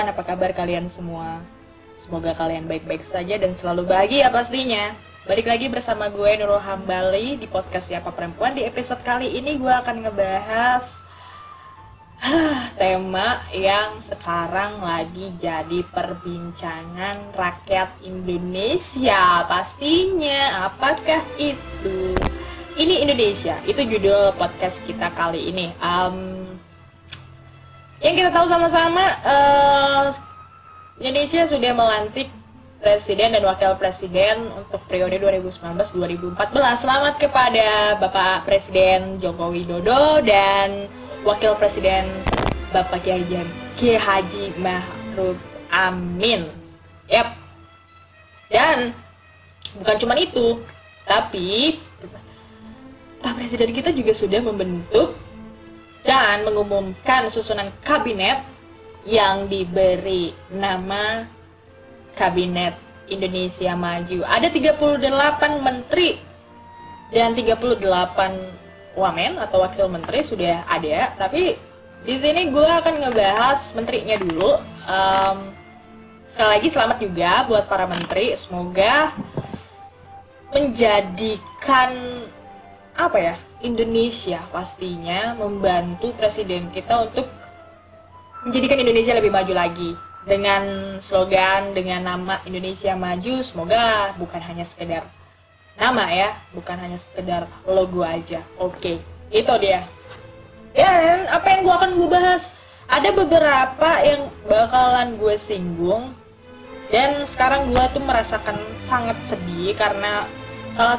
everyone, apa kabar kalian semua? Semoga kalian baik-baik saja dan selalu bahagia pastinya. Balik lagi bersama gue Nurul Hambali di podcast Siapa Perempuan. Di episode kali ini gue akan ngebahas tema yang sekarang lagi jadi perbincangan rakyat Indonesia pastinya. Apakah itu? Ini Indonesia, itu judul podcast kita kali ini. Yang kita tahu sama-sama, Indonesia sudah melantik presiden dan wakil presiden untuk periode 2019-2014. Selamat kepada Bapak Presiden Joko Widodo dan wakil presiden Bapak Kiai Haji Ma'ruf Amin. Yap. Dan bukan cuma itu, tapi Pak Presiden kita juga sudah membentuk dan mengumumkan susunan kabinet yang diberi nama Kabinet Indonesia Maju. Ada 38 menteri dan 38 wamen atau wakil menteri sudah ada, tapi di sini gue akan ngebahas menterinya dulu. Sekali lagi selamat juga buat para menteri, semoga menjadikan Indonesia pastinya membantu presiden kita untuk menjadikan Indonesia lebih maju lagi dengan slogan, dengan nama Indonesia Maju. Semoga bukan hanya sekedar nama ya, bukan hanya sekedar logo aja. Oke, itu dia. Dan apa yang gue akan bahas, ada beberapa yang bakalan gue singgung dan sekarang gue tuh merasakan sangat sedih karena salah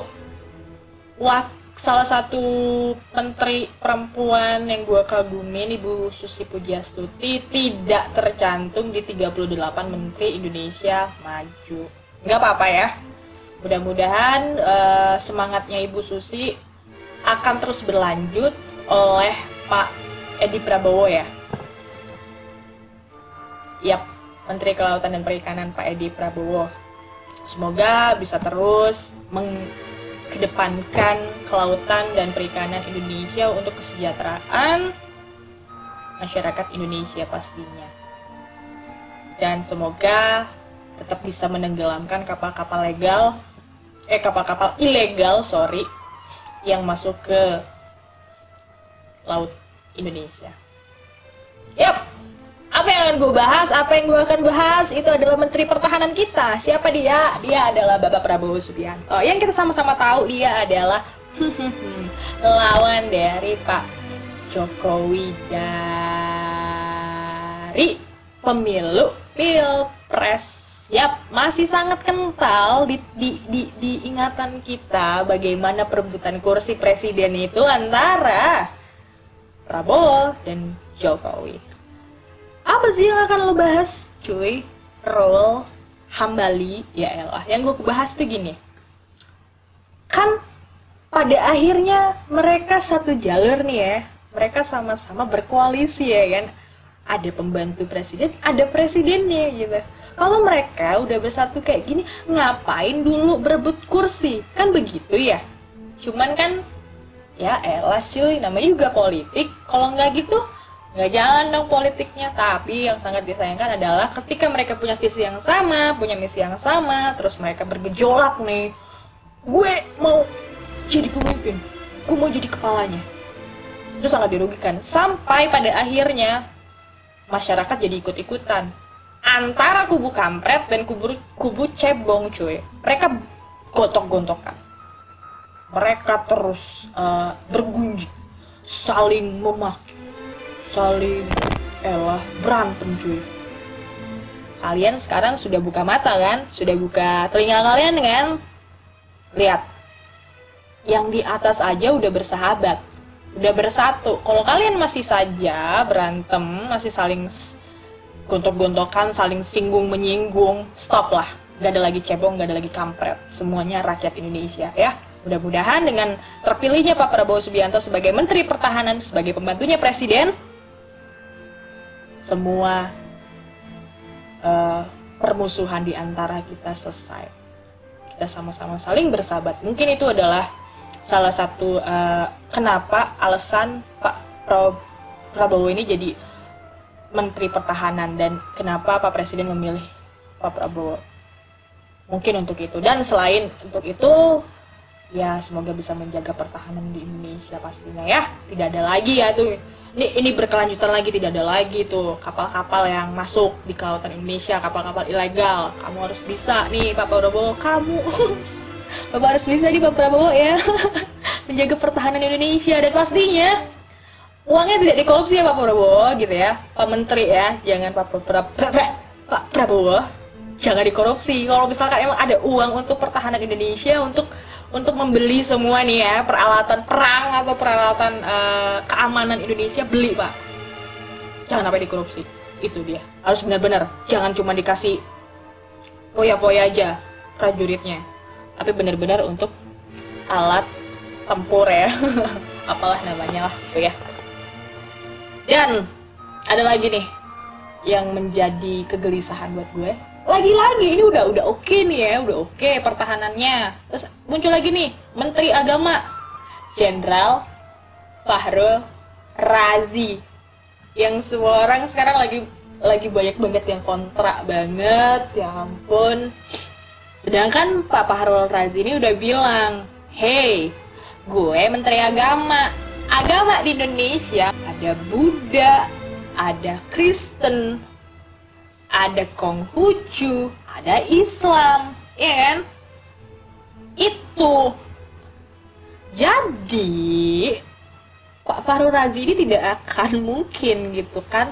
satu menteri perempuan yang gue kagumin, Ibu Susi Pujiastuti, tidak tercantum di 38 menteri Indonesia Maju. Nggak apa-apa ya, mudah-mudahan semangatnya Ibu Susi akan terus berlanjut oleh Pak Edi Prabowo ya. Yap, Menteri Kelautan dan Perikanan Pak Edi Prabowo. Semoga bisa terus mengedepankan kelautan dan perikanan Indonesia untuk kesejahteraan masyarakat Indonesia pastinya. Dan semoga tetap bisa menenggelamkan kapal-kapal ilegal yang masuk ke laut Indonesia. Yap. Apa yang akan gue bahas? Apa yang gue akan bahas itu adalah Menteri Pertahanan kita. Siapa dia? Dia adalah Bapak Prabowo Subianto. Yang kita sama-sama tahu dia adalah lawan dari Pak Jokowi dari pemilu Pilpres. Yap, masih sangat kental di ingatan kita bagaimana perebutan kursi presiden itu antara Prabowo dan Jokowi. Apa sih yang akan lo bahas, cuy? Roll Hambali, ya elah. Yang gue bahas tuh gini. Kan pada akhirnya mereka satu jalur nih ya. Mereka sama-sama berkoalisi ya kan. Ada pembantu presiden, ada presidennya gitu. Kalau mereka udah bersatu kayak gini, ngapain dulu berebut kursi? Kan begitu ya. Cuman kan, ya elah cuy, namanya juga politik. Kalau nggak gitu, nggak jalan dong politiknya. Tapi yang sangat disayangkan adalah ketika mereka punya visi yang sama, punya misi yang sama, terus mereka bergejolak nih, gue mau jadi pemimpin, gue mau jadi kepalanya, itu sangat dirugikan. Sampai pada akhirnya masyarakat jadi ikut-ikutan antara kubu kampret dan kubu cebong cuy. Mereka gontok-gontokan, mereka terus bergunjing, saling memaki, saling berantem cuy. Kalian sekarang sudah buka mata kan? Sudah buka telinga kalian kan? Lihat, yang di atas aja udah bersahabat, udah bersatu. Kalau kalian masih saja berantem, masih saling gontok-gontokan, saling singgung menyinggung, stop lah. Gak ada lagi cebong, gak ada lagi kampret. Semuanya rakyat Indonesia ya. Mudah-mudahan dengan terpilihnya Pak Prabowo Subianto sebagai Menteri Pertahanan, sebagai pembantunya Presiden, semua permusuhan di antara kita selesai. Kita sama-sama saling bersahabat. Mungkin itu adalah salah satu kenapa alasan Pak Prabowo ini jadi Menteri Pertahanan, dan kenapa Pak Presiden memilih Pak Prabowo. Mungkin untuk itu, dan selain untuk itu ya semoga bisa menjaga pertahanan di Indonesia pastinya ya. Tidak ada lagi ya tuh, ini berkelanjutan lagi, tidak ada lagi tuh kapal-kapal yang masuk di kelautan Indonesia, kapal-kapal ilegal. Kamu harus bisa nih Pak Prabowo, kamu Bapak harus bisa nih Pak Prabowo ya menjaga pertahanan Indonesia, dan pastinya uangnya tidak dikorupsi ya Pak Prabowo gitu ya, Pak Menteri ya, jangan Pak Prabowo jangan dikorupsi. Kalau misalkan emang ada uang untuk pertahanan Indonesia, untuk membeli semua nih ya peralatan perang atau peralatan keamanan Indonesia, beli Pak, jangan sampai dikorupsi. Itu dia, harus benar-benar, jangan cuma dikasih poya-poya aja prajuritnya, tapi benar-benar untuk alat tempur ya apalah namanya lah gitu ya. Dan ada lagi nih yang menjadi kegelisahan buat gue. Lagi-lagi ini udah oke nih ya, udah oke pertahanannya. Terus muncul lagi nih Menteri Agama, Jenderal Fahrul Razi, yang semua orang sekarang lagi banyak banget yang kontra banget, ya ampun. Sedangkan Pak Fahrul Razi ini udah bilang, hey, gue Menteri Agama di Indonesia ada Buddha, ada Kristen, ada Konghucu, ada Islam, ya kan? Itu. Jadi Pak Fahrul Razi ini tidak akan mungkin gitu kan,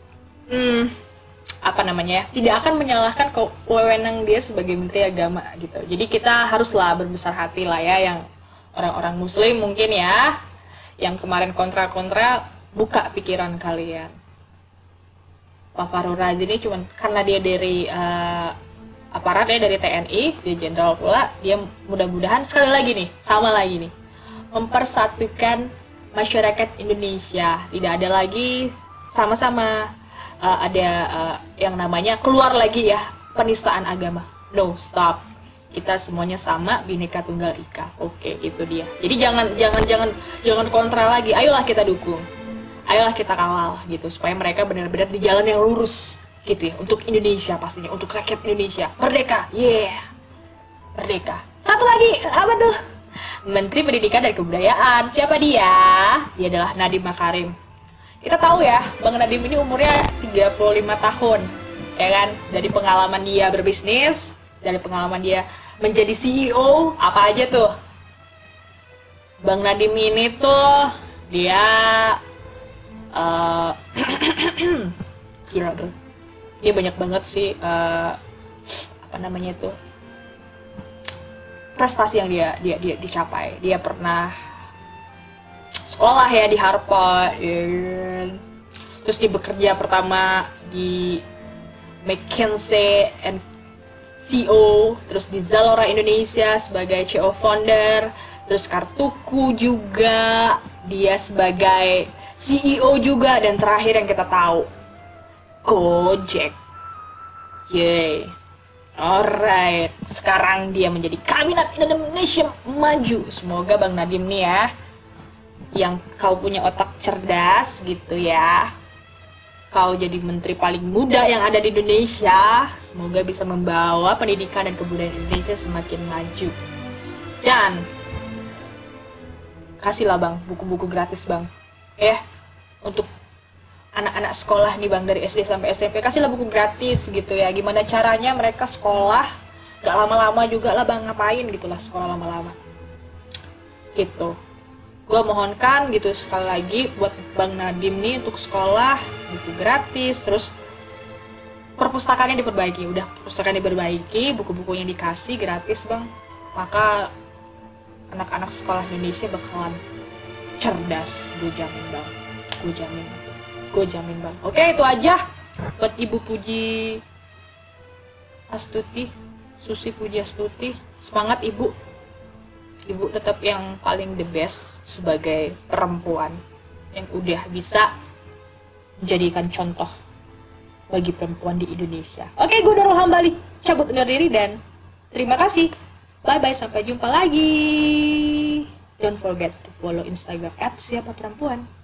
apa namanya ya, tidak akan menyalahkan wewenang dia sebagai Menteri Agama gitu. Jadi kita haruslah berbesar hati lah ya, yang orang-orang Muslim mungkin ya, yang kemarin kontra-kontra, buka pikiran kalian. Pak Fahrul Razi ini cuman karena dia dari aparat ya, dari TNI, dia jenderal pula, dia mudah-mudahan sekali lagi nih, sama lagi nih, mempersatukan masyarakat Indonesia. Tidak ada lagi sama-sama ada yang namanya keluar lagi ya penistaan agama. No, stop. Kita semuanya sama, Bhinneka Tunggal Ika. Oke, itu dia. Jadi jangan kontra lagi. Ayolah kita dukung. Ayolah kita kawal gitu, supaya mereka benar-benar di jalan yang lurus gitu ya, untuk Indonesia pastinya, untuk rakyat Indonesia. Merdeka. Yeah. Merdeka. Satu lagi, apa tuh? Menteri Pendidikan dan Kebudayaan. Siapa dia? Dia adalah Nadiem Makarim. Kita tahu ya, Bang Nadiem ini umurnya 35 tahun. Ya kan? Dari pengalaman dia berbisnis, dari pengalaman dia menjadi CEO, apa aja tuh. Bang Nadiem ini tuh dia gila tuh. Dia banyak banget sih apa namanya itu, prestasi yang dia dicapai. Dia pernah sekolah ya di Harvard, terus dia bekerja pertama di McKinsey and CEO, terus di Zalora Indonesia sebagai CEO founder, terus Kartuku juga dia sebagai CEO juga, dan terakhir yang kita tahu Gojek. Yeay. Alright, sekarang dia menjadi Kabinet Indonesia Maju. Semoga Bang Nadiem nih ya, yang kau punya otak cerdas gitu ya, kau jadi menteri paling muda yang ada di Indonesia. Semoga bisa membawa pendidikan dan kebudayaan Indonesia semakin maju. Dan kasihlah Bang buku-buku gratis Bang, untuk anak-anak sekolah nih Bang, dari SD sampai SMP, kasihlah buku gratis gitu ya. Gimana caranya mereka sekolah gak lama-lama juga lah Bang, ngapain gitu lah sekolah lama-lama gitu. Gue mohonkan gitu sekali lagi buat Bang Nadiem nih, untuk sekolah buku gratis, terus perpustakaannya diperbaiki. Udah perpustakaan diperbaiki, buku-bukunya dikasih gratis Bang, maka anak-anak sekolah Indonesia bakalan cerdas. Gue jamin Bang, gue jamin Bang. Oke, itu aja buat Ibu Puji Astuti, Susi Puji Astuti. Semangat Ibu. Ibu tetap yang paling the best sebagai perempuan yang udah bisa menjadikan contoh bagi perempuan di Indonesia. Oke, gue Nurul Hambali cabut undur diri dan terima kasih. Bye-bye, sampai jumpa lagi. Don't forget to follow Instagram @siapaperempuan.